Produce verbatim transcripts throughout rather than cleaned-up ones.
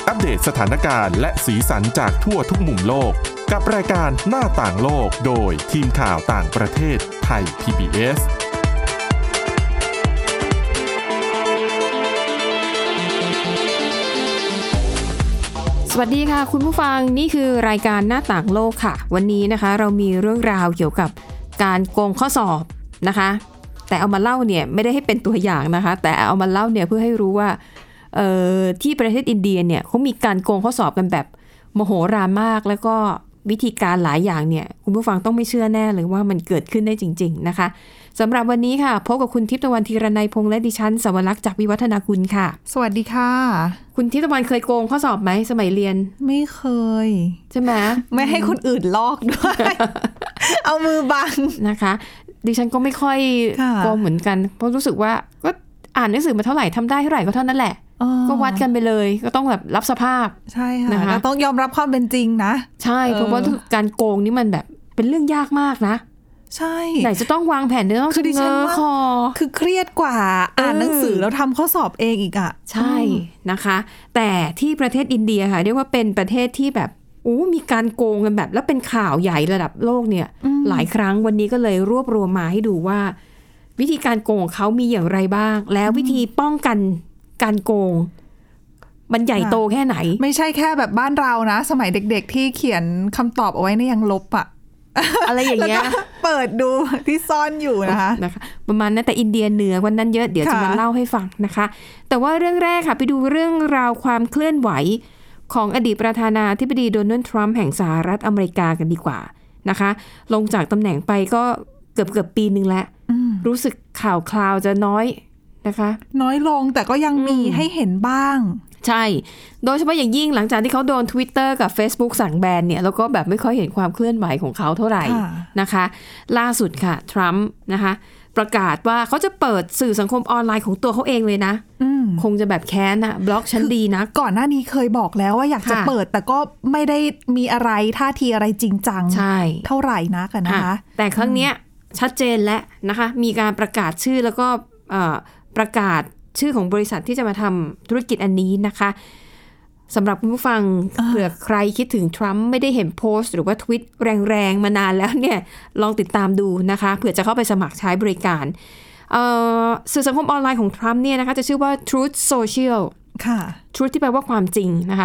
อัปเดตสถานการณ์และสีสันจากทั่วทุกมุมโลกกับรายการหน้าต่างโลกโดยทีมข่าวต่างประเทศไทย พี บี เอสสวัสดีค่ะคุณผู้ฟังนี่คือรายการหน้าต่างโลกค่ะวันนี้นะคะเรามีเรื่องราวเกี่ยวกับการโกงข้อสอบนะคะแต่เอามาเล่าเนี่ยไม่ได้ให้เป็นตัวอย่างนะคะแต่เอามาเล่าเนี่ยเพื่อให้รู้ว่าเอ่อที่ประเทศอินเดียเนี่ยเขามีการโกงข้อสอบกันแบบมโหฬารมากแล้วก็วิธีการหลายอย่างเนี่ยคุณผู้ฟังต้องไม่เชื่อแน่เลยว่ามันเกิดขึ้นได้จริงๆนะคะสำหรับวันนี้ค่ะพบกับคุณทิพย์ตะวันธีรนัยพงษ์และดิฉันสวรักษ์จากวิวัฒนาคุณค่ะสวัสดีค่ะคุณทิพย์ตะวันเคยโกงข้อสอบไหมสมัยเรียนไม่เคยใช่ไหมไม่ให้คนอื่นลอกด้วย เอามือบังนะคะดิฉันก็ไม่ค่อยโกงเหมือนกันเพราะรู้สึกว่าก็อ่านหนังสือมาเท่าไหร่ทำได้เท่าไหร่ก็เท่านั้นแหละก็วัดกันไปเลยก็ต้องแบบรับสภาพใช่ค่ะนะคะต้องยอมรับความเป็นจริงนะใช่เพราะว่าการโกงนี่มันแบบเป็นเรื่องยากมากนะใช่ไหนจะต้องวางแผนด้วยต้องคือดิฉันว่าคือเครียดกว่าอ่านหนังสือแล้วทำข้อสอบเองอีกอ่ะใช่นะคะแต่ที่ประเทศอินเดียค่ะเรียกว่าเป็นประเทศที่แบบอู้มีการโกงกันแบบแล้วเป็นข่าวใหญ่ระดับโลกเนี่ยหลายครั้งวันนี้ก็เลยรวบรวมมาให้ดูว่าวิธีการโกงของเขามีอย่างไรบ้างแล้ววิธีป้องกันการโกงมันใหญ่โตแค่ไหนไม่ใช่แค่แบบบ้านเรานะสมัยเด็กๆที่เขียนคำตอบเอาไว้ในยังลบอะอะไรอย่างเงี้ยเปิดดูที่ซ่อนอยู่นะคะนะคะประมาณนั้นแต่อินเดียเหนือวันนั้นเยอะเดี๋ยวจะมาเล่าให้ฟังนะคะแต่ว่าเรื่องแรกค่ะไปดูเรื่องราวความเคลื่อนไหวของอดีตประธานาธิบดีโดนัลด์ทรัมป์แห่งสหรัฐอเมริกากันดีกว่านะคะลงจากตำแหน่งไปก็เกือบเกือบปีนึงแล้วรู้สึกข่าวคราวจะน้อยนะคะน้อยลงแต่ก็ยังมีให้เห็นบ้างใช่โดยเฉพาะอย่างยิ่งหลังจากที่เขาโดน Twitter กับ Facebook สั่งแบนเนี่ยแล้วก็แบบไม่ค่อยเห็นความเคลื่อนไหวของเขาเท่าไหร่นะคะล่าสุดค่ะทรัมป์นะคะประกาศว่าเขาจะเปิดสื่อสังคมออนไลน์ของตัวเขาเองเลยนะคงจะแบบแค้นนะบล็อกฉันดีนะก่อนหน้านี้เคยบอกแล้วว่าอยากจะเปิดแต่ก็ไม่ได้มีอะไรท่าทีอะไรจริงจังเท่าไหร่นักนะคะแต่ครั้งนี้ชัดเจนแล้วนะคะมีการประกาศชื่อแล้วก็ประกาศชื่อของบริษัทที่จะมาทำธุรกิจอันนี้นะคะสำหรับคุณผู้ฟังเผื่อใครคิดถึงทรัมป์ไม่ได้เห็นโพสต์หรือว่าทวิตแรงๆมานานแล้วเนี่ยลองติดตามดูนะคะเผื่อจะเข้าไปสมัครใช้บริการสื่อสังคมออนไลน์ของทรัมป์เนี่ยนะคะจะชื่อว่า Truth Social ค่ะ Truth ที่แปลว่าความจริงนะคะ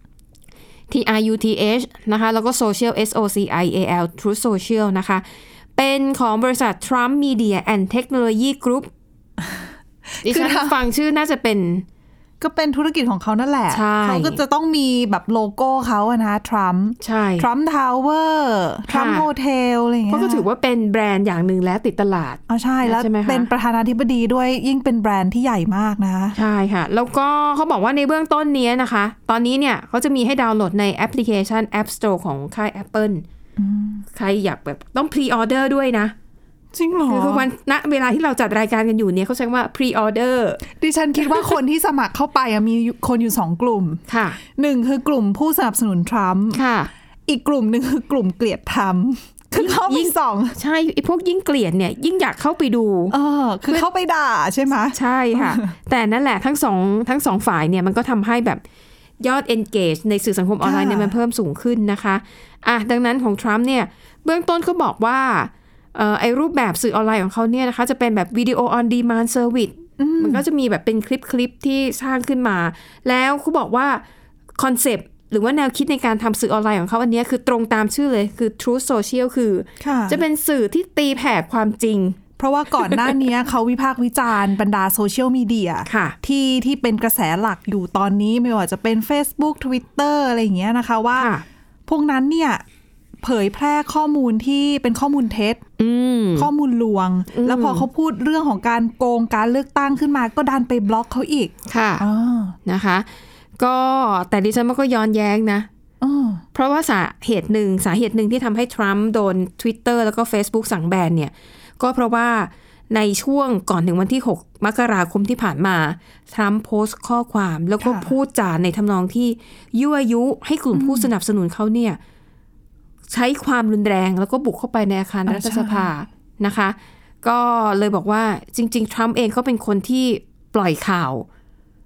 T R U T H นะคะแล้วก็ Social S O C I A L Truth Social นะคะเป็นของบริษัท Trump Media and Technology Groupดิฉันฟังชื่อน่าจะเป็นก็เป็นธุรกิจของเขานั่นแหละเขาก็จะต้องมีแบบโลโก้เขาอะนะทรัมป์ใช่ทรัมป์ทาวเวอร์ทรัมป์โฮเทลอะไรอย่างเงี้ยเขาก็ถือว่าเป็นแบรนด์อย่างหนึ่งแล้วติดตลาดอ๋อใช่แล้วเป็นประธานาธิบดีด้วยยิ่งเป็นแบรนด์ที่ใหญ่มากนะใช่ค่ะแล้วก็เขาบอกว่าในเบื้องต้นนี้นะคะตอนนี้เนี่ยเขาจะมีให้ดาวน์โหลดในแอปพลิเคชัน App Store ของค่าย Apple ใครอยากแบบต้องพรีออเดอร์ด้วยนะจริงเหรอคือวันณเวลาที่เราจัดรายการกันอยู่เนี่ยเขาใช้ว่า pre-order ดิฉันคิดว่าคนที่สมัครเข้าไปมีคนอยู่สองกลุ่มค่ะหนึ่งคือกลุ่มผู้สนับสนุนทรัมป์ค่ะอีกกลุ่มหนึ่งคือกลุ่มเกลียดทรัมป์คือเขายิ่งสองใช่ไอ้พวกยิ่งเกลียดเนี่ยยิ่งอยากเข้าไปดูเออคือเข้าไปด่าใช่ไหมใช่ค่ะ แต่นั่นแหละทั้งสองทั้งสองฝ่ายเนี่ยมันก็ทำให้แบบยอด engage ในสื่อสังคมออนไลน์เนี่ยมันเพิ่มสูงขึ้นนะคะอ่ะดังนั้นของทรัมป์เนี่ยเบื้องต้นเขาบอกว่าเอ่อไอรูปแบบสื่อออนไลน์ของเขาเนี่ยนะคะจะเป็นแบบวิดีโอออนดีมานด์เซอร์วิสมันก็จะมีแบบเป็นคลิปคลิปที่สร้างขึ้นมาแล้วเขาบอกว่าคอนเซปต์หรือว่าแนวคิดในการทำสื่อออนไลน์ของเขาอันนี้คือตรงตามชื่อเลยคือ Truth Social คือจะเป็นสื่อที่ตีแผ่ความจริงเพราะว่าก่อนหน้านี้เขาวิพากษ์วิจารณ์บรรดาโซเชียลมีเดียที่ที่เป็นกระแสหลักอยู่ตอนนี้ไม่ว่าจะเป็น Facebook Twitter อะไรอย่างเงี้ยนะคะว่าพวกนั้นเนี่ยเผยแพร่ข้อมูลที่เป็นข้อมูลเท็จข้อมูลลวงแล้วพอเขาพูดเรื่องของการโกงการเลือกตั้งขึ้นมาก็ดันไปบล็อกเขาอีกค่ะนะคะก็แต่ดิฉันมันก็ย้อนแย้งนะเพราะว่าสาเหตุหนึ่งสาเหตุหนึ่งที่ทำให้ทรัมป์โดน Twitter แล้วก็ Facebook สั่งแบนเนี่ยก็เพราะว่าในช่วงก่อนถึงวันที่หกมกราคมที่ผ่านมาทรัมป์โพสต์ข้อความแล้วก็พูดจาในทำนองที่ยั่วยุให้กลุ่มผู้สนับสนุนเขาเนี่ยใช้ความรุนแรงแล้วก็บุกเข้าไปในอาคารรัฐสภานะคะก็เลยบอกว่าจริงๆทรัมป์เองเขาเป็นคนที่ปล่อยข่าว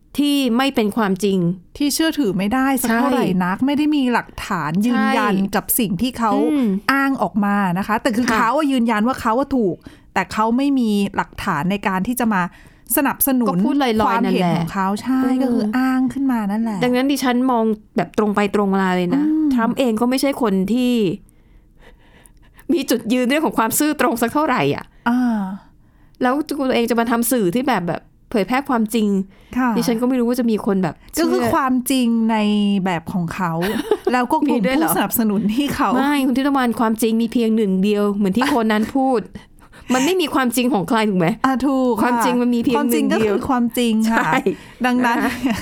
ที่ไม่เป็นความจริงที่เชื่อถือไม่ได้สักเท่าไหร่นักไม่ได้มีหลักฐานยืนยันกับสิ่งที่เขาอ้างออกมานะคะแต่คือเขายืนยันว่าเขาว่าถูกแต่เขาไม่มีหลักฐานในการที่จะมาสนับสนุนความเห็นของเขาใช่ก็คืออ้างขึ้นมานั่นแหละดังนั้นดิฉันมองแบบตรงไปตรงมาเลยนะทรัมป์เองก็ไม่ใช่คนที่มีจุดยืนเรื่องของความซื่อตรงสักเท่าไหร่อ่ะแล้วตัวเองจะมาทำสื่อที่แบบแบบเผยแพร่ความจริงดิฉันก็ไม่รู้ว่าจะมีคนแบบก็คือความจริงในแบบของเขาแล้วก็กลุ่มผู้สนับสนุนที่เขาไม่คุณทิพย์ตะวันความจริงมีเพียงหนึ่งเดียวเหมือนที่คนนั้นพูดมันไม่มีความจริงของใครถูกไหมอ่ะถูกความจริงมันมีเพียงหนึ่งเดียวความจริงก็คือความจริงค่ะดังนั้น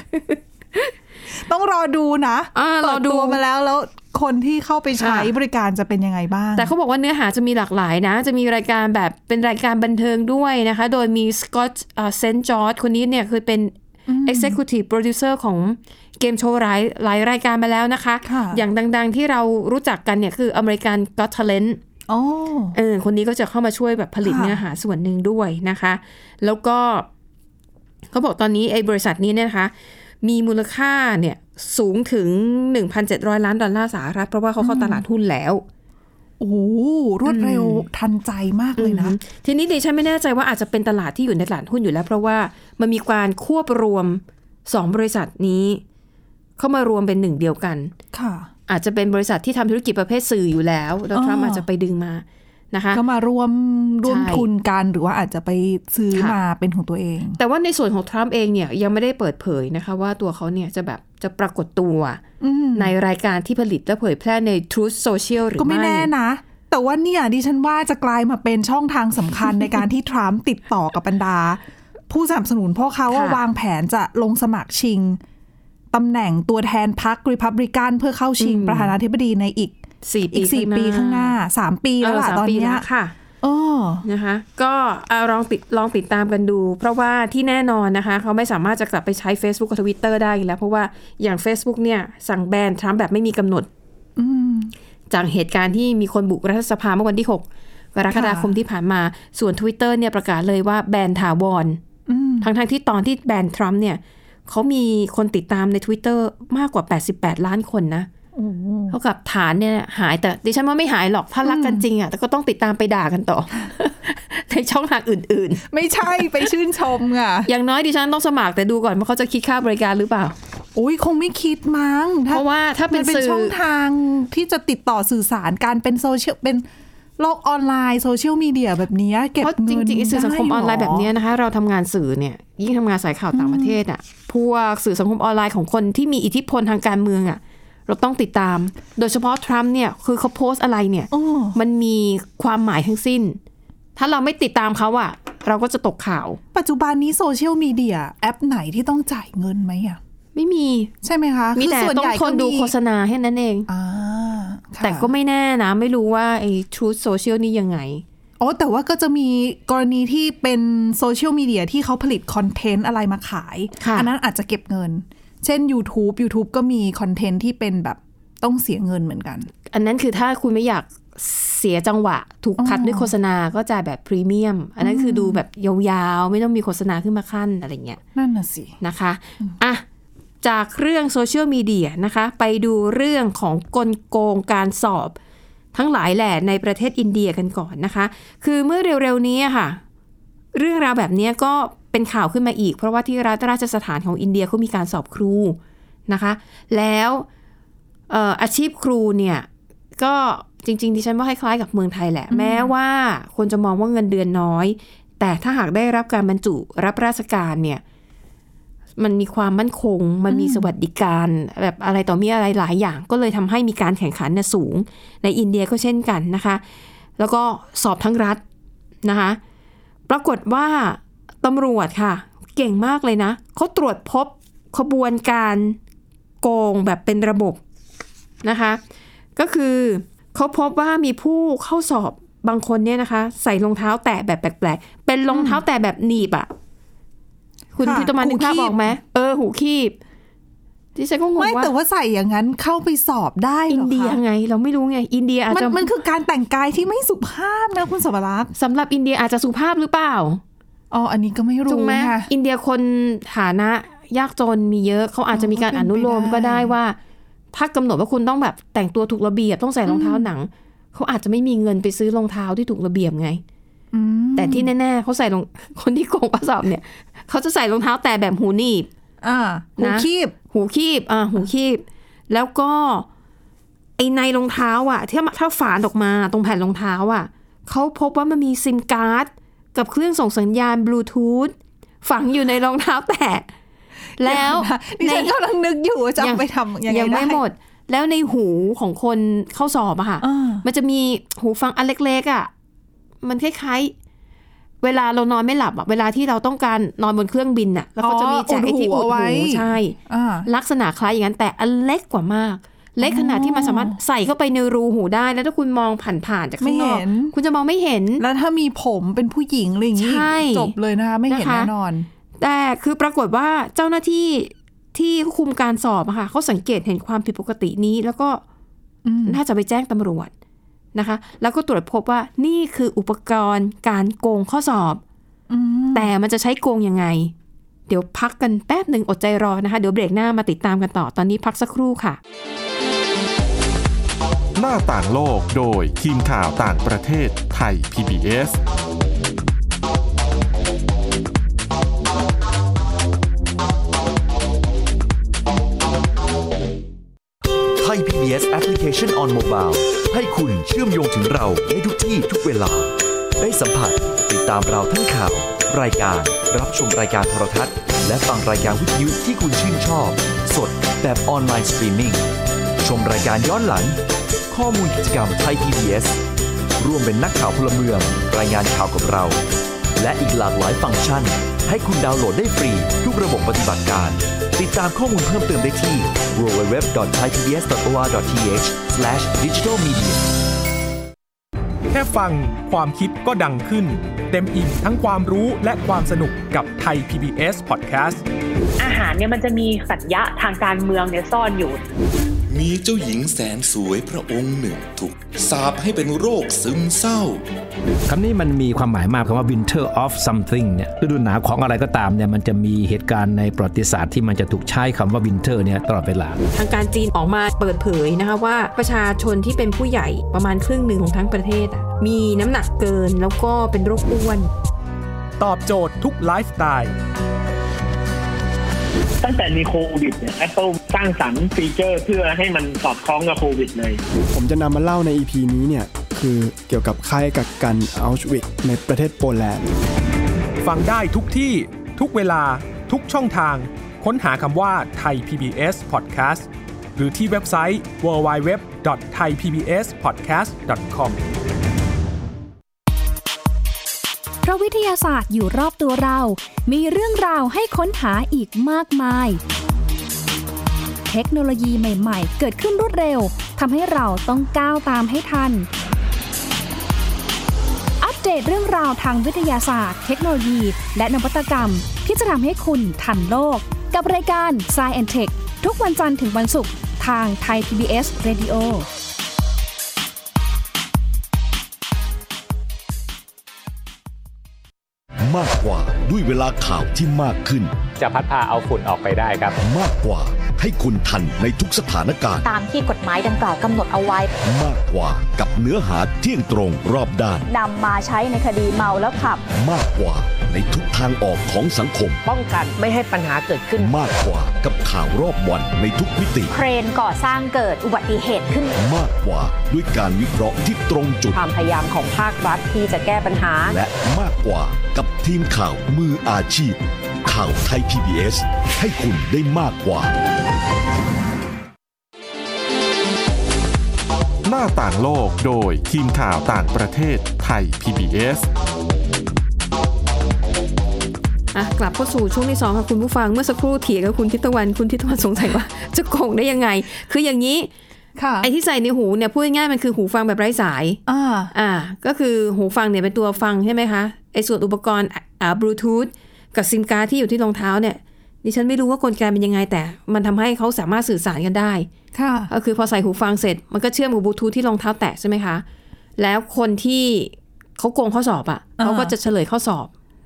ต้องรอดูนะรอดูมาแล้วแล้วคนที่เข้าไปใช้บริการจะเป็นยังไงบ้างแต่เขาบอกว่าเนื้อหาจะมีหลากหลายนะจะมีรายการแบบเป็นรายการบันเทิงด้วยนะคะโดยมีสกอตต์เซนต์จอร์จคนนี้เนี่ยคือเป็น Executive Producer ของเกมโชว์หลายหลายรายการมาแล้วนะคะอย่างดังๆที่เรารู้จักกันเนี่ยคือ American Got Talent อ๋อเออคนนี้ก็จะเข้ามาช่วยแบบผลิตเนื้อหาส่วนหนึ่งด้วยนะคะแล้วก็เขาบอกตอนนี้ไอ้บริษัทนี้เนี่ยนะคะมีมูลค่าเนี่ยสูงถึง หนึ่งพันเจ็ดร้อย ล้านดอลลาร์สหรัฐเพราะว่าเขาเข้าตลาดหุ้นแล้วโอ้รวดเร็วทันใจมากเลยนะทีนี้ดิฉันไม่แน่ใจว่าอาจจะเป็นตลาดที่อยู่ในตลาดหุ้นอยู่แล้วเพราะว่ามันมีการควบรวมสองบริษัทนี้เข้ามารวมเป็นหนึ่งเดียวกันค่ะอาจจะเป็นบริษัทที่ทำธุรกิจประเภทสื่ออยู่แล้วแล้วทรัมป์อาจจะไปดึงมานะคะก็มารวมร่วมทุนกันหรือว่าอาจจะไปซื้อมาเป็นของตัวเองแต่ว่าในส่วนของทรัมป์เองเนี่ยยังไม่ได้เปิดเผยนะคะว่าตัวเขาเนี่ยจะแบบจะปรากฏตัวในรายการที่ผลิตและเผยแพร่ใน Truth Social หรือไม่ก็ไม่แน่นะแต่ว่าเนี่ยดิฉันว่าจะกลายมาเป็นช่องทางสำคัญในการที่ทรัมป์ติดต่อกับบรรดาผู้สนับสนุนเพราะเขาวางแผนจะลงสมัครชิงตำแหน่งตัวแทนพรรครีพับลิกันเพื่อเข้าชิงประธานาธิบดีในอีกอีกสี่ปีข้างหน้าสามปีแล้วล่ะตอนนี้ค่ะเออนะคะก็ลองติดลองติดตามกันดูเพราะว่าที่แน่นอนนะคะเขาไม่สามารถจะกลับไปใช้ Facebook กับ Twitter ได้แล้วเพราะว่าอย่าง Facebook เนี่ยสั่งแบนทรัมป์แบบไม่มีกำหนดจากเหตุการณ์ที่มีคนบุกรัฐสภาเมื่อวันที่หกกรกฎาคมที่ผ่านมาส่วน Twitter เนี่ยประกาศเลยว่าแบนถาวรทั้งๆที่ตอนที่แบนทรัมป์เนี่ยเขามีคนติดตามใน Twitter มากกว่าแปดสิบแปดล้านคนนะเท่ากับฐานเนี่ยหายแต่ดิฉันว่าไม่หายหรอกถ้ารักกันจริงอ่ะแต่ก็ต้องติดตามไปด่ากันต่อ ในช่องทางอื่นๆไม่ใช่ไปชื่นชมอ่ะอย่างน้อยดิฉันต้องสมัครแต่ดูก่อนว่าเขาจะคิดค่าบริการหรือเปล่าโอ้ยคงไม่คิดมั้งเพราะว่าถ้าเป็นช่องทางที่จะติดต่อสื่อสารการเป็นโซเชียลเป็นโลกออนไลน์โซเชียลมีเดียแบบนี้เก็บเงินจริงๆสื่อสังคมออนไลน์แบบนี้นะคะเราทำงานสื่อเนี่ยยิ่งทำงานสายข่าวต่างประเทศอ่ะพวกสื่อสังคมออนไลน์ของคนที่มีอิทธิพลทางการเมืองอ่ะเราต้องติดตามโดยเฉพาะทรัมป์เนี่ยคือเขาโพสต์อะไรเนี่ยมันมีความหมายทั้งสิ้นถ้าเราไม่ติดตามเขาอะเราก็จะตกข่าวปัจจุบันนี้โซเชียลมีเดียแอปไหนที่ต้องจ่ายเงินไหมอะไม่มีใช่ไหมคะมีแต่ต้องทนดูโฆษณาแค่นั้นเองแต่ก็ไม่แน่นะไม่รู้ว่าไอ้ Truth Social นี่ยังไงอ๋อแต่ว่าก็จะมีกรณีที่เป็นโซเชียลมีเดียที่เขาผลิตคอนเทนต์อะไรมาขายอันนั้นอาจจะเก็บเงินเช่น YouTube YouTube ก็มีคอนเทนต์ที่เป็นแบบต้องเสียเงินเหมือนกันอันนั้นคือถ้าคุณไม่อยากเสียจังหวะถูกคัดด้วยโฆษณาก็จ่ายแบบพรีเมียมอันนั้นคือดูแบบยาวๆไม่ต้องมีโฆษณาขึ้นมาขั้นอะไรเงี้ยนั่นน่ะสินะคะอ่ะจากเรื่องโซเชียลมีเดียนะคะไปดูเรื่องของกลโกงการสอบทั้งหลายแหล่ในประเทศอินเดียกันก่อนนะคะคือเมื่อเร็วๆนี้ค่ะเรื่องราวแบบนี้ก็เป็นข่าวขึ้นมาอีกเพราะว่าที่รัฐราชสถานของอินเดียเขามีการสอบครูนะคะแล้วเอ่ออาชีพครูเนี่ยก็จริงๆดิฉันว่าคล้ายๆกับเมืองไทยแหละแม้ว่าคนจะมองว่าเงินเดือนน้อยแต่ถ้าหากได้รับการบรรจุรับราชการเนี่ยมันมีความมั่นคงมันมีสวัสดิการแบบอะไรต่อมีอะไรหลายอย่างก็เลยทำให้มีการแข่งขันสูงในอินเดียก็เช่นกันนะคะแล้วก็สอบทั้งรัฐนะคะปรากฏว่าตำรวจค่ะเก่งมากเลยนะเขาตรวจพบขบวนการโกงแบบเป็นระบบนะคะก็คือเขาพบว่ามีผู้เข้าสอบบางคนเนี่ยนะคะใส่รองเท้าแตะแบบแปลกๆเป็นรองเท้าแตะแบบหนีบอ่ะคุณพิตมันนึกภาพออกไหมเออหูคีบที่ฉันก็งงว่าไม่แต่ว่าใส่อย่างนั้นเข้าไปสอบได้หรอคะอินเดียไงเราไม่รู้ไงอินเดียอาจจะมันคือการแต่งกายที่ไม่สุภาพนะคุณสวรักษ์สำหรับอินเดียอาจจะสุภาพหรือเปล่าอ๋ออันนี้ก็ไม่รู้ถูกไหมอินเดียคนฐานะยากจนมีเยอะเขาอาจจะมีการอนุโลมก็ได้ว่าถ้ากำหนดว่าคุณต้องแบบแต่งตัวถูกระเบียบต้องใส่รองเท้าหนังเขาอาจจะไม่มีเงินไปซื้อรองเท้าที่ถูกระเบียบไงแต่ที่แน่ๆเขาใส่รองคนที่โกงข้อสอบเนี่ยเขาจะใส่รองเท้าแต่แบบหูหนีบอ่าหูคีบหูคีบอ่าหูคีบแล้วก็ไอในรองเท้าอ่ะถ้าถ้าฝานออกมาตรงแผ่นรองเท้าอ่ะเขาพบว่ามันมีซิมการ์ดกับเครื่องส่งสัญญาณบลูทูธฝังอยู่ในรองเท้าแตะแล้วดิฉันกำลังนึกอยู่จะไปทำยังไงได้ยังไม่หมดแล้วในหูของคนเข้าสอบอะค่ะมันจะมีหูฟังอันเล็กๆอะมันคล้ายๆเวลาเรานอนไม่หลับอะเวลาที่เราต้องการนอนบนเครื่องบินอะแล้วก็จะมีแจกไอ้ที่อุดหูใช่ลักษณะคล้ายอย่างนั้นแต่อันเล็กกว่ามากเล็กขนาดที่มันสามารถใส่เข้าไปในรูหูได้แล้วถ้าคุณมองผ่านๆจากข้างนอกคุณจะมองไม่เห็นแล้วถ้ามีผมเป็นผู้หญิงอะไรอย่างนี้จบเลยนะคะไม่เห็นแน่นอนแต่คือปรากฏว่าเจ้าหน้าที่ที่คุมการสอบอะค่ะเขาสังเกตเห็นความผิดปกตินี้แล้วก็น่าจะไปแจ้งตำรวจนะคะแล้วก็ตรวจพบว่านี่คืออุปกรณ์การโกงข้อสอบแต่มันจะใช้โกงยังไงเดี๋ยวพักกันแป๊บหนึ่งอดใจรอนะคะเดี๋ยวเบรกหน้ามาติดตามกันต่อตอนนี้พักสักครู่ค่ะหน้าต่างโลกโดยทีมข่าวต่างประเทศไทย พี บี เอสไทย พี บี เอส Application on Mobile ให้คุณเชื่อมโยงถึงเราในทุกที่ทุกเวลาได้สัมผัสติดตามเราทั้งข่าวรายการรับชมรายการโทรทัศน์และฟังรายการวิทยุที่คุณชื่นชอบสดแบบออนไลน์สตรีมมิ่งชมรายการย้อนหลังข้อมูลกิจกรรมไทย พี บี เอส ร่วมเป็นนักข่าวพลเมืองรายงานข่าวกับเราและอีกหลากหลายฟังก์ชันให้คุณดาวน์โหลดได้ฟรีทุกระบบปฏิบัติการติดตามข้อมูลเพิ่มเติมได้ที่ ดับเบิลยู ดับเบิลยู ดับเบิลยู ดอท ไทยพีบีเอส ดอท โอ อาร์ ดอท ที เอช สแลช ดิจิทัลมีเดียแค่ฟังความคิดก็ดังขึ้นเต็มอิ่มทั้งความรู้และความสนุกกับไทย พี บี เอส Podcast อาหารเนี่ยมันจะมีสัญญะทางการเมืองเนี่ยซ่อนอยู่มีเจ้าหญิงแสนสวยพระองค์หนึ่งถูกสาปให้เป็นโรคซึมเศร้าคำนี้มันมีความหมายมากคำว่า winter of something เนี่ยฤดูหนาวของอะไรก็ตามเนี่ยมันจะมีเหตุการณ์ในประวัติศาสตร์ที่มันจะถูกใช้คำว่า winter เนี่ยตลอดเวลาทางการจีนออกมาเปิดเผยนะคะว่าประชาชนที่เป็นผู้ใหญ่ประมาณครึ่งหนึ่งของทั้งประเทศมีน้ำหนักเกินแล้วก็เป็นโรคอ้วนตอบโจทย์ทุกไลฟ์สไตล์ตั้งแต่มีโควิดเนี่ย Apple สร้างสรรค์ฟีเจอร์เพื่อให้มันสอดคล้องกับโควิดเลยผมจะนำมาเล่าใน อี พี นี้เนี่ยคือเกี่ยวกับค่ายกักกันอัลชวิกในประเทศโปแลนด์ฟังได้ทุกที่ทุกเวลาทุกช่องทางค้นหาคำว่าไทย พี บี เอส Podcast หรือที่เว็บไซต์ ดับเบิลยู ดับเบิลยู ดับเบิลยู ดอท ไทยพีบีเอสพอดแคสต์ ดอท คอมเพราะวิทยาศาสตร์อยู่รอบตัวเรามีเรื่องราวให้ค้นหาอีกมากมายเทคโนโลยีใหม่ๆเกิดขึ้นรวดเร็วทำให้เราต้องก้าวตามให้ทันอัปเดตเรื่องราวทางวิทยาศาสตร์เทคโนโลยีและนวัตกรรมที่จะทำให้คุณทันโลกกับรายการ Science แอนด์ Tech ทุกวันจันทร์ถึงวันศุกร์ทางไทย พี บี เอส Radio มากกว่าด้วยเวลาข่าวที่มากขึ้นจะพัดพาเอาฝุ่นออกไปได้ครับมากกว่าให้คุณทันในทุกสถานการณ์ตามที่กฎหมายดังกล่าวกำหนดเอาไว้มากกว่ากับเนื้อหาเที่ยงตรงรอบด้านนำมาใช้ในคดีเมาแล้วขับมากกว่าในทุกทางออกของสังคมป้องกันไม่ให้ปัญหาเกิดขึ้นมากกว่ากับข่าวรอบวันในทุกมิติเครนก่อสร้างเกิดอุบัติเหตุขึ้นมากกว่าด้วยการวิเคราะห์ที่ตรงจุดความพยายามของภาครัฐที่จะแก้ปัญหาและมากกว่ากับทีมข่าวมืออาชีพข่าวไทย พี บี เอส ให้คุณได้มากกว่าหน้าต่างโลกโดยทีมข่าวต่างประเทศไทย พี บี เอสอ่ะกลับเข้าสู่ช่วงที่สองค่ะคุณผู้ฟังเมื่อสักครู่เถียงกับคุณทิพย์ตะวันคุณทิพย์ตะวันสงสัยว่าจะโกงได้ยังไงคืออย่างนี้ไอ้ที่ใส่ในหูเนี่ยพูดง่ายๆมันคือหูฟังแบบไร้สายอ่าอ่าก็คือหูฟังเนี่ยเป็นตัวฟังใช่ไหมคะไอ้ส่วนอุปกรณ์อ่าบลูทูธกับซิมการ์ดที่อยู่ที่รองเท้าเนี่ยดิฉันไม่รู้ว่ากลไกเป็นยังไงแต่มันทำให้เขาสามารถสื่อสารกันได้ค่ะก็คือพอใส่หูฟังเสร็จมันก็เชื่อมกับบลูทูธที่รองเท้าแตะใช่ไหมคะแล้วคนที่เขาโกงข้อสอบอ่ะเขาก็จะเฉลยข้อสอบ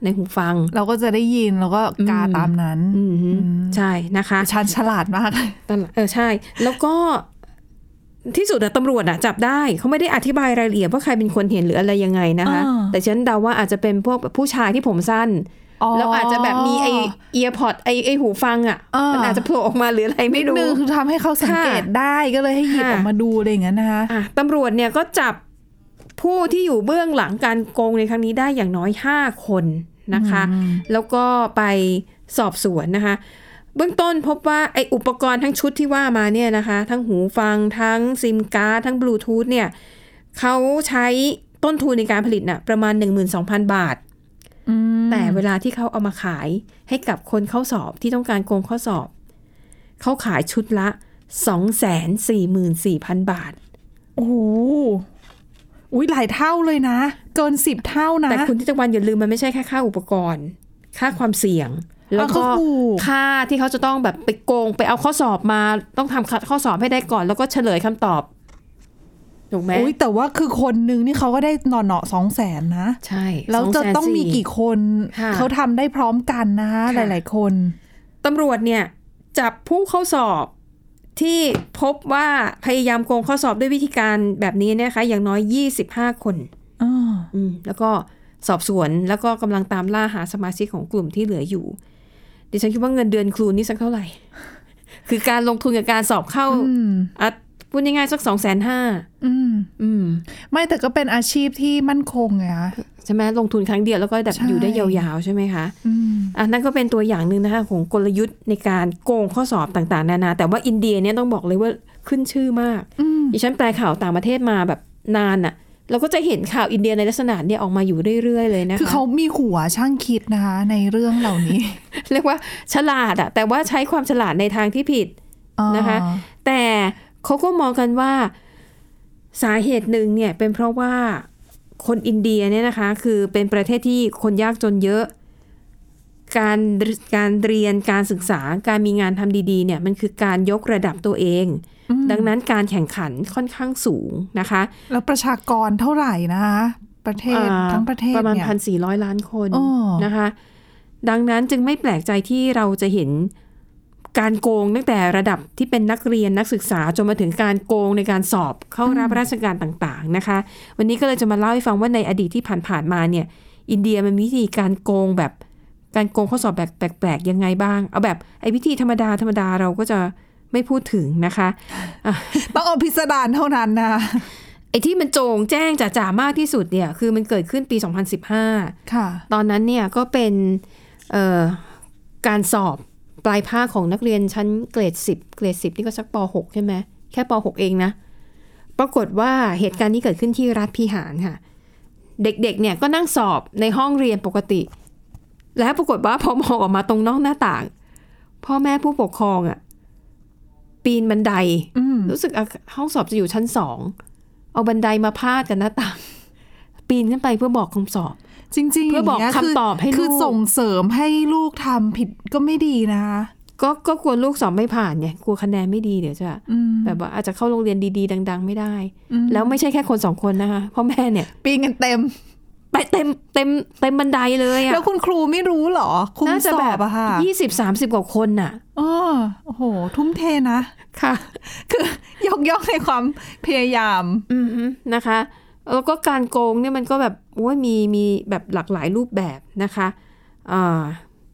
ในหูฟังเราก็จะได้ยินแล้วก็กาตามนั้นใช่นะคะชันฉลาดมากเออใช่แล้วก็ที่สุดตำรวจอะจับได้เขาไม่ได้อธิบายรายละเอียดว่าใครเป็นคนเห็นหรืออะไรยังไงนะคะแต่ฉันเดาว่าอาจจะเป็นพวกผู้ชายที่ผมสั้นแล้วอาจจะแบบมีไอเอียร์พอดไอไอหูฟังอ่ะมันอาจจะโผล่ออกมาหรืออะไรไม่รู้คือทำให้เขาสังเกตได้ก็เลยให้หยิบออกมาดูอะไรอย่างนั้นนะคะตำรวจเนี่ยก็จับผู้ที่อยู่เบื้องหลังการโกงในครั้งนี้ได้อย่างน้อยห้าคนนะคะแล้วก็ไปสอบสวนนะคะเบื้องต้นพบว่าไออุปกรณ์ทั้งชุดที่ว่ามาเนี่ยนะคะทั้งหูฟังทั้งซิมการ์ดทั้งบลูทูธเนี่ยเขาใช้ต้นทุนในการผลิตน่ะประมาณ หนึ่งหมื่นสองพัน บาทแต่เวลาที่เขาเอามาขายให้กับคนเข้าสอบที่ต้องการโกงข้อสอบเขาขายชุดละ สองแสนสี่หมื่นสี่พัน บาทโอ้โหอุ้ยหลายเท่าเลยนะเกินสิบเท่านะแต่คุณทิตวันอย่าลืมมันไม่ใช่แค่ค่าอุปกรณ์ค่าความเสี่ยงแล้วก็ค่าที่เขาจะต้องแบบไปโกงไปเอาข้อสอบมาต้องทำข้อสอบให้ได้ก่อนแล้วก็เฉลยคำตอบถูกไหมอุ้ยแต่ว่าคือคนนึงนี่เขาก็ได้หน่อๆสองแสนนะใช่แล้วจะต้องมีกี่คนเขาทำได้พร้อมกันนะคะหลายๆคนตำรวจเนี่ยจับผู้เข้าสอบที่พบว่าพยายามโกงข้อสอบด้วยวิธีการแบบนี้นะคะอย่างน้อยยี่สิบห้าคนอ๋ออืมแล้วก็สอบสวนแล้วก็กำลังตามล่าหาสมาชิกของกลุ่มที่เหลืออยู่ดิฉันคิดว่าเงินเดือนครูนี่สักเท่าไหร่คือการลงทุนกับการสอบเข้าอ่ะพูดง่ายๆสักสองแสนห้าอืมอืมไม่แต่ก็เป็นอาชีพที่มั่นคงไงคะใช่ไหมลงทุนครั้งเดียวแล้วก็แบบอยู่ได้ยาวๆใช่ไหมคะอืมอ่ะนั่นก็เป็นตัวอย่างนึงนะคะของกลยุทธ์ในการโกงข้อสอบต่างๆนานาแต่ว่าอินเดียเนี่ยต้องบอกเลยว่าขึ้นชื่อมากดิฉันแปลข่าวต่างประเทศมาแบบนานอ่ะเราก็จะเห็นข่าวอินเดียในลักษณะเนี่ยออกมาอยู่เรื่อยๆเลยนะคะคือเขามีหัวช่างคิดนะคะในเรื่องเหล่านี้เรียกว่าฉลาดอะแต่ว่าใช้ความฉลาดในทางที่ผิดนะคะแต่เขาก็มองกันว่าสาเหตุหนึ่งเนี่ยเป็นเพราะว่าคนอินเดียเนี่ยนะคะคือเป็นประเทศที่คนยากจนเยอะการการเรียนการศึกษาการมีงานทำดีๆเนี่ยมันคือการยกระดับตัวเองดังนั้นการแข่งขันค่อนข้างสูงนะคะแล้วประชากรเท่าไหร่นะคะประเทศทั้งประเทศประมาณ หนึ่งพันสี่ร้อย ล้านคนนะคะดังนั้นจึงไม่แปลกใจที่เราจะเห็นการโกงตั้งแต่ระดับที่เป็นนักเรียนนักศึกษาจนมาถึงการโกงในการสอบเข้ารับราชการต่างๆนะคะวันนี้ก็เลยจะมาเล่าให้ฟังว่าในอดีตที่ผ่านๆมาเนี่ยอินเดียมันมีวิธีการโกงแบบการโกงข้อสอบแบบแปลกๆยังไงบ้างเอาแบบไอ้วิธีธรรมดาธรรมดาเราก็จะไม่พูดถึงนะคะต้องเอาพิสดารเท่านั้นนะไอ้ที่มันโจงแจ้งจ่าๆมากที่สุดเนี่ยคือมันเกิดขึ้นปีสองพันสิบห้าค่ะตอนนั้นเนี่ยก็เป็นเอ่อการสอบปลายภาคของนักเรียนชั้นเกรดสิบเกรดสิบนี่ก็สักป.หก ใช่ไหมแค่ป.หก เองนะปรากฏว่าเหตุการณ์นี้เกิดขึ้นที่รัฐพิหารค่ะเด็กๆเนี่ยก็นั่งสอบในห้องเรียนปกติแล้วปรากฏว่าพอมองออกมาตรงนอกหน้าต่างพ่อแม่ผู้ปกครองอ่ะปีนบันไดรู้สึกห้องสอบจะอยู่ชั้นสองเอาบันไดมาพาดกันหน้าต่างปีนขึ้นไปเพื่อบอกคำสอบจริงๆเพื่อบอกคำตอบให้ลูกคือส่งเสริมให้ลูกทำผิดก็ไม่ดีนะคะก็ก็กลัวลูกสอบไม่ผ่านไงกลัวคะแนนไม่ดีเดี๋ยวจะแบบว่าอาจจะเข้าโรงเรียนดีๆดังๆไม่ได้แล้วไม่ใช่แค่คนสองคนนะคะพ่อแม่เนี่ยปีนกันเต็มไปเต็มเต็มเต็มบันไดเลยอะแล้วคุณครูไม่รู้หรอคุมสอบอะค่ะยี่สิบสามสิบกว่าคนน่ะอ๋อโอ้โหทุ่มเทนะค่ะคือยกย่องในความพยายามอือนะคะแล้วก็การโกงเนี่ยมันก็แบบโอ้ยมีมีแบบหลากหลายรูปแบบนะคะอ่า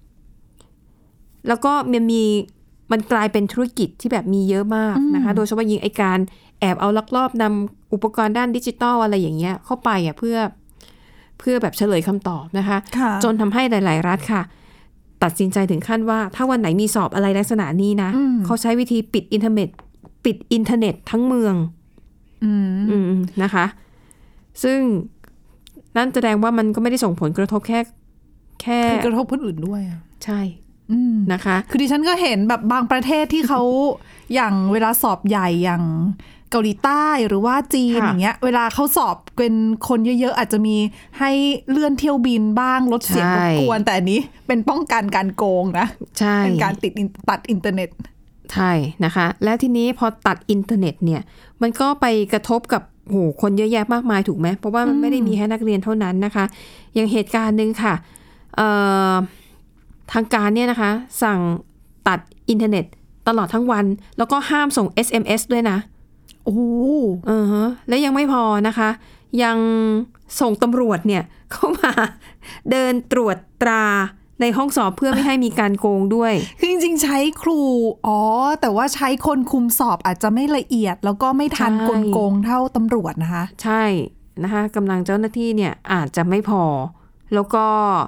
แล้วก็มันมีมันกลายเป็นธุรกิจที่แบบมีเยอะมากนะคะโดยเฉพาะยิ่งไอการแอบเอาลักลอบนำอุปกรณ์ด้านดิจิตอลอะไรอย่างเงี้ยเข้าไปอ่ะเพื่อเพื่อแบบเฉลยคำตอบนะคะจนทำให้หลายๆรัฐค่ะตัดสินใจถึงขั้นว่าถ้าวันไหนมีสอบอะไรลักษณะนี้นะเขาใช้วิธีปิดอินเทอร์เน็ตปิดอินเทอร์เน็ตทั้งเมืองอืมนะคะซึ่งนั่นแสดงว่ามันก็ไม่ได้ส่งผลกระทบแค่แค่กระทบคนอื่นด้วยใช่นะคะคือดิฉันก็เห็นแบบบางประเทศที่เขา อย่างเวลาสอบใหญ่อย่างเกาหลีใต้หรือว่าจีนอย่างเงี้ยเวลาเขาสอบเป็นคนเยอะๆอาจจะมีให้เลื่อนเที่ยวบินบ้างลดเสียงรบกวนแต่อันนี้เป็นป้องกันการโกงนะใช่เป็นการติดตัดอินเทอร์เน็ตใช่นะคะและทีนี้พอตัดอินเทอร์เน็ตเนี่ยมันก็ไปกระทบกับโหคนเยอะแยะมากมายถูกไหมเพราะว่ามันไม่ได้มีแค่นักเรียนเท่านั้นนะคะอย่างเหตุการณ์นึงค่ะทางการเนี่ยนะคะสั่งตัดอินเทอร์เน็ตตลอดทั้งวันแล้วก็ห้ามส่ง เอส เอ็ม เอส ด้วยนะโอ้เออฮะและยังไม่พอนะคะยังส่งตำรวจเนี่ยเข้ามาเดินตรวจตราในห้องสอบเพื่อไม่ให้มีการโกงด้วยคือจริงๆใช้ครูอ๋อแต่ว่าใช้คนคุมสอบอาจจะไม่ละเอียดแล้วก็ไม่ทันกลโกงเท่าตำรวจนะคะใช่นะคะกำลังเจ้าหน้าที่เนี่ยอาจจะไม่พอแล้วก็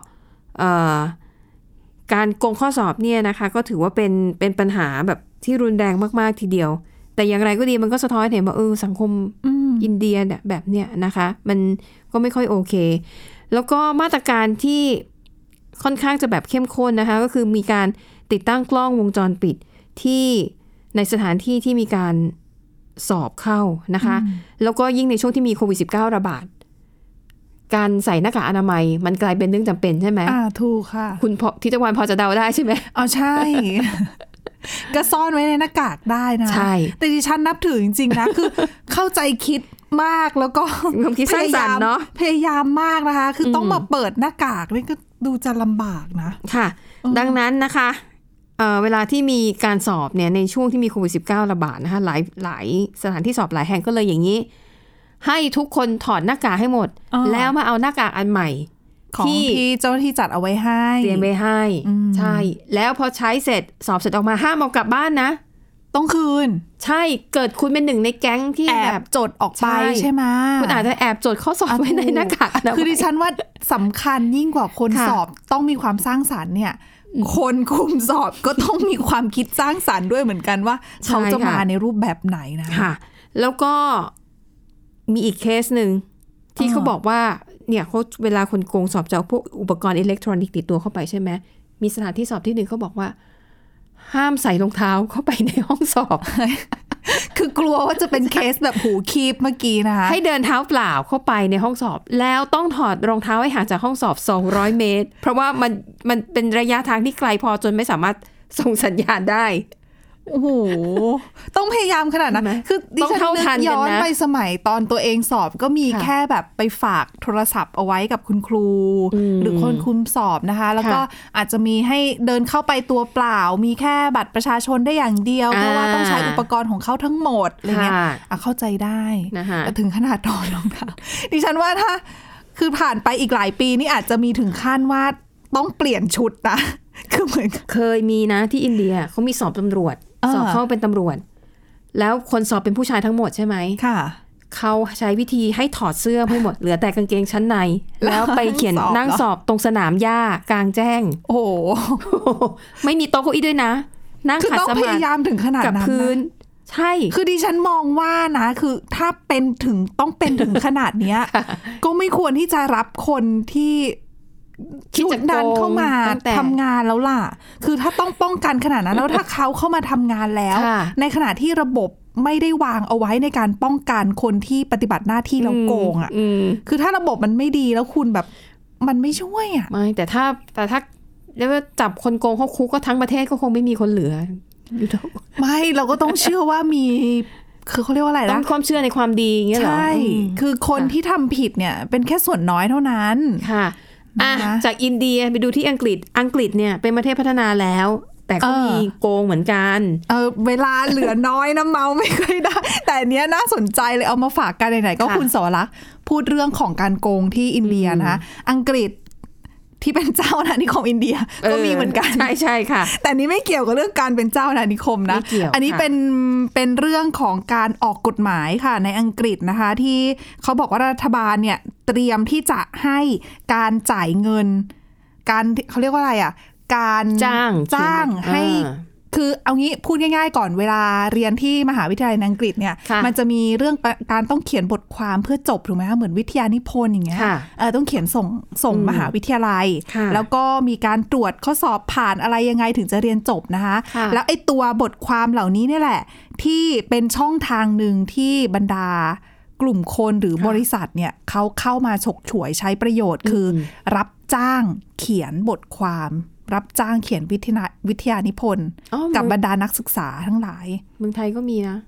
การโกงข้อสอบเนี่ยนะคะก็ถือว่าเป็นเป็นปัญหาแบบที่รุนแรงมากๆทีเดียวแต่อย่างไรก็ดีมันก็สะท้อนเห็นว่าเออสังคมอินเดียเนี่ยแบบเนี้ยนะคะมันก็ไม่ค่อยโอเคแล้วก็มาตรการที่ค่อนข้างจะแบบเข้มข้นนะคะก็คือมีการติดตั้งกล้องวงจรปิดที่ในสถานที่ที่มีการสอบเข้านะคะแล้วก็ยิ่งในช่วงที่มีโควิด สิบเก้า ระบาดการใส่หน้ากากอนามัยมันกลายเป็นเรื่องจำเป็นใช่ไหมอ่าถูกค่ะคุณทิตวันพอจะเดาได้ใช่ไหมอ๋อใช่ ก็ซ่อนไว้ในหน้ากากได้นะใช่แต่ดิฉันนับถือจริงๆนะคือเข้าใจคิดมากแล้วก็พยายามเนาะพยายามมากนะคะคือต้องมาเปิดหน้ากากนี่ก็ดูจะลำบากนะค่ะดังนั้นนะคะเ, เวลาที่มีการสอบเนี่ยในช่วงที่มีโควิด สิบเก้า ระบาดนะคะหลายหลายสถานที่สอบหลายแห่งก็เลยอย่างนี้ให้ทุกคนถอดหน้ากากให้หมดแล้วมาเอาหน้ากากอันใหม่ของที่เจ้าหน้าที่จัดเอาไว้ให้เตรียมไว้ให้ใช่แล้วพอใช้เสร็จสอบเสร็จออกมาห้ามเอากลับบ้านนะต้องคืนใช่เกิดคุณเป็นหนึ่งในแก๊งที่แอบจดออกไปใช่ไหมคุณอาจจะแอบจดข้อสอบไว้ในหน้ากากคือดิฉันว่าสำคัญยิ่งกว่าคนสอบต้องมีความสร้างสรรค์เนี่ยคนคุมสอบก็ต้องมีความคิดสร้างสรรค์ด้วยเหมือนกันว่าเขาจะมาในรูปแบบไหนนะค่ะแล้วก็มีอีกเคสหนึ่งที่เขาบอกว่าเนี่ยเขาเวลาคนโกงสอบจะเอาพวกอุปกรณ์อิเล็กทรอนิกส์ติดตัวเข้าไปใช่ไหมมีสถานที่สอบที่หนึ่งเขาบอกว่าห้ามใส่รองเท้าเข้าไปในห้องสอบคือกลัวว่าจะเป็นเคสแบบหูคีบเมื่อกี้นะคะให้เดินเท้าเปล่าเข้าไปในห้องสอบแล้วต้องถอดรองเท้าให้ห่างจากห้องสอบสองร้อยเมตรเพราะว่ามันมันเป็นระยะทางที่ไกลพอจนไม่สามารถส่งสัญญาณได้โอ้โหต้องพยายามขนาดนั้นคือดิฉันนึกย้อนไปสมัยตอนตัวเองสอบก็มีแค่แบบไปฝากโทรศัพท์เอาไว้กับคุณครูหรือคนคุมสอบนะคะแล้วก็อาจจะมีให้เดินเข้าไปตัวเปล่ามีแค่บัตรประชาชนได้อย่างเดียวเพราะว่าต้องใช้อุปกรณ์ของเขาทั้งหมดอะไรเงี้ยเข้าใจได้แต่ถึงขนาดถอดรองเท้าดิฉันว่าถ้าคือผ่านไปอีกหลายปีนี่อาจจะมีถึงขั้นว่าต้องเปลี่ยนชุดนะคือเหมือนเคยมีนะที่อินเดียเขามีสอบตำรวจสอบเข้าเป็นตำรวจแล้วคนสอบเป็นผู้ชายทั้งหมดใช่ไหมค่ะเขาใช้วิธีให้ถอดเสื้อให้หมดเหลือแต่กางเกงชั้นในแล้วไปเขียนนั่งสอบตรงสนามหญ้ากลางแจ้งโอ้ไม่มีโต๊ะเก้าอี้ด้วยนะนั่งขัดสมาธิพยายามถึงขนาดนั้นกับพื้นใช่คือดิฉันมองว่านะคือถ้าเป็นถึงต้องเป็นถึงขนาดเนี้ยก็ไม่ควรที่จะรับคนที่คิดจะดันเข้ามาทำงานแล้วล่ะคือถ้าต้องป้องกันขนาดนั้นแล้วถ้าเขาเข้ามาทำงานแล้วในขณะที่ระบบไม่ได้วางเอาไว้ในการป้องกันคนที่ปฏิบัติหน้าที่แล้วโกงอ่ะคือถ้าระบบมันไม่ดีแล้วคุณแบบมันไม่ช่วยอ่ะไม่แต่ถ้าแต่ถ้าเรียกว่าจับคนโกงเข้าคุกก็ทั้งประเทศก็คงไม่มีคนเหลือไม่เราก็ต้องเชื่อว่ามีคือเขาเรียกว่าอะไรนะต้องความเชื่อในความดีอย่างเงี้ยเหรอใช่คือคนที่ทำผิดเนี่ยเป็นแค่ส่วนน้อยเท่านั้นค่ะอ่ะจากอินเดียไปดูที่อังกฤษอังกฤษเนี่ยเป็นประเทศพัฒนาแล้วแต่ก็มีโกงเหมือนกันเออเวลาเหลือน้อยนะเมาไม่ค่อยได้แต่เนี้ยน่าสนใจเลยเอามาฝากกันไหนๆก็คุณสวรักษ์พูดเรื่องของการโกงที่อินเดียนะคะอังกฤษที่เป็นเจ้าอาณานิคมอินเดียก็มีเหมือนกันใช่ใช่ค่ะแต่นี้ไม่เกี่ยวกับเรื่องการเป็นเจ้าอาณานิคมนะอันนี้เป็นเป็นเรื่องของการออกกฎหมายค่ะในอังกฤษนะคะที่เขาบอกว่ารัฐบาลเนี่ยเตรียมที่จะให้การจ่ายเงินการเขาเรียกว่าอะไรอ่ะการจ้างจ้างให้คือเอางี้พูดง่ายๆก่อนเวลาเรียนที่มหาวิทยาลัยอังกฤษเนี่ยมันจะมีเรื่องการต้องเขียนบทความเพื่อจบถูกไหมคะเหมือนวิทยานิพนธ์อย่างเงี้ยเออต้องเขียนส่งส่งมหาวิทยาลัยแล้วก็มีการตรวจข้อสอบผ่านอะไรยังไงถึงจะเรียนจบนะคะแล้วไอ้ตัวบทความเหล่านี้นี่แหละที่เป็นช่องทางหนึ่งที่บรรดากลุ่มคนหรือบริษัทเนี่ยเขาเข้ามาฉกฉวยใช้ประโยชน์คือรับจ้างเขียนบทความรับจ้างเขียนวิทยาวิทยานิพนธ์กับบรรดานักศึกษาทั้งหลายเมืองไทยก็มีนะ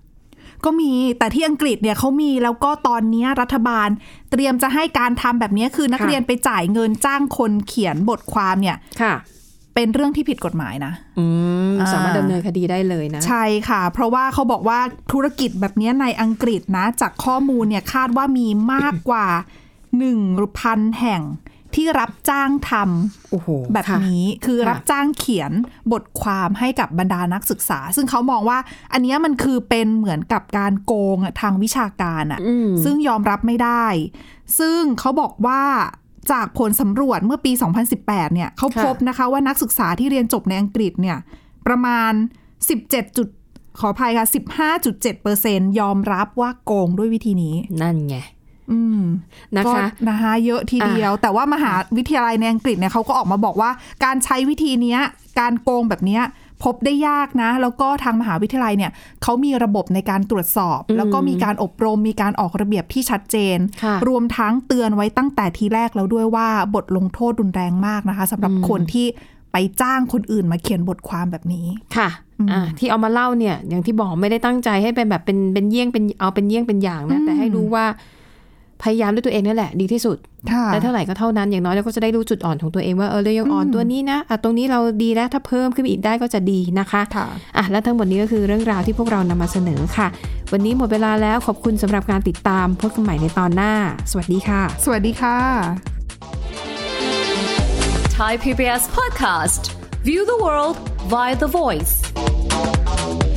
ก็มีแต่ที่อังกฤษเนี่ยเขามีแล้วก็ตอนนี้รัฐบาลเตรียมจะให้การทำแบบนี้คือนักเรียนไปจ่ายเงินจ้างคนเขียนบทความเนี่ยเป็นเรื่องที่ผิดกฎหมายนะสามารถดำเนินคดีได้เลยนะใช่ค่ะเพราะว่าเขาบอกว่าธุรกิจแบบนี้ในอังกฤษนะจากข้อมูลเนี่ยคาดว่ามีมากกว่า หนึ่งพัน แห่งที่รับจ้างทำแบบนี้คือรับจ้างเขียนบทความให้กับบรรดานักศึกษาซึ่งเขามองว่าอันนี้มันคือเป็นเหมือนกับการโกงทางวิชาการอ่ะซึ่งยอมรับไม่ได้ซึ่งเขาบอกว่าจากผลสำรวจเมื่อปีสองพันสิบแปดเนี่ยเขาพบนะคะว่านักศึกษาที่เรียนจบในอังกฤษเนี่ยประมาณสิบเจ็ดจุดขออภัยค่ะ สิบห้าจุดเจ็ดเปอร์เซ็นต์ ยอมรับว่าโกงด้วยวิธีนี้นั่นไงอืมนะคะนะคะเยอะทีเดียวแต่ว่ามหาวิทยาลัยในอังกฤษเนี่ยเขาก็ออกมาบอกว่าการใช้วิธีนี้การโกงแบบนี้พบได้ยากนะแล้วก็ทางมหาวิทยาลัยเนี่ยเขามีระบบในการตรวจสอบแล้วก็มีการอบรมมีการออกระเบียบที่ชัดเจนรวมทั้งเตือนไว้ตั้งแต่ทีแรกแล้วด้วยว่าบทลงโทษรุนแรงมากนะคะสำหรับคนที่ไปจ้างคนอื่นมาเขียนบทความแบบนี้ค่ะอ่าที่เอามาเล่าเนี่ยอย่างที่บอกไม่ได้ตั้งใจให้เป็นแบบเป็นเป็นเยี่ยงเป็นเอาเป็นเยี่ยงเป็นอย่างนะแต่ให้รู้ว่าพยายามด้วยตัวเองนั่นแหละดีที่สุดได้เท่าไหร่ก็เท่านั้นอย่างน้อยเราก็จะได้รู้จุดอ่อนของตัวเองว่าเออเรายังอ่อนตัวนี้นะอ่ะตรงนี้เราดีแล้วถ้าเพิ่มขึ้นอีกได้ก็จะดีนะคะอ่ะและทั้งหมดนี้ก็คือเรื่องราวที่พวกเรานำมาเสนอค่ะวันนี้หมดเวลาแล้วขอบคุณสำหรับการติดตามพบกันใหม่ในตอนหน้าสวัสดีค่ะสวัสดีค่ะ Thai พี บี เอส Podcast View the world via the voice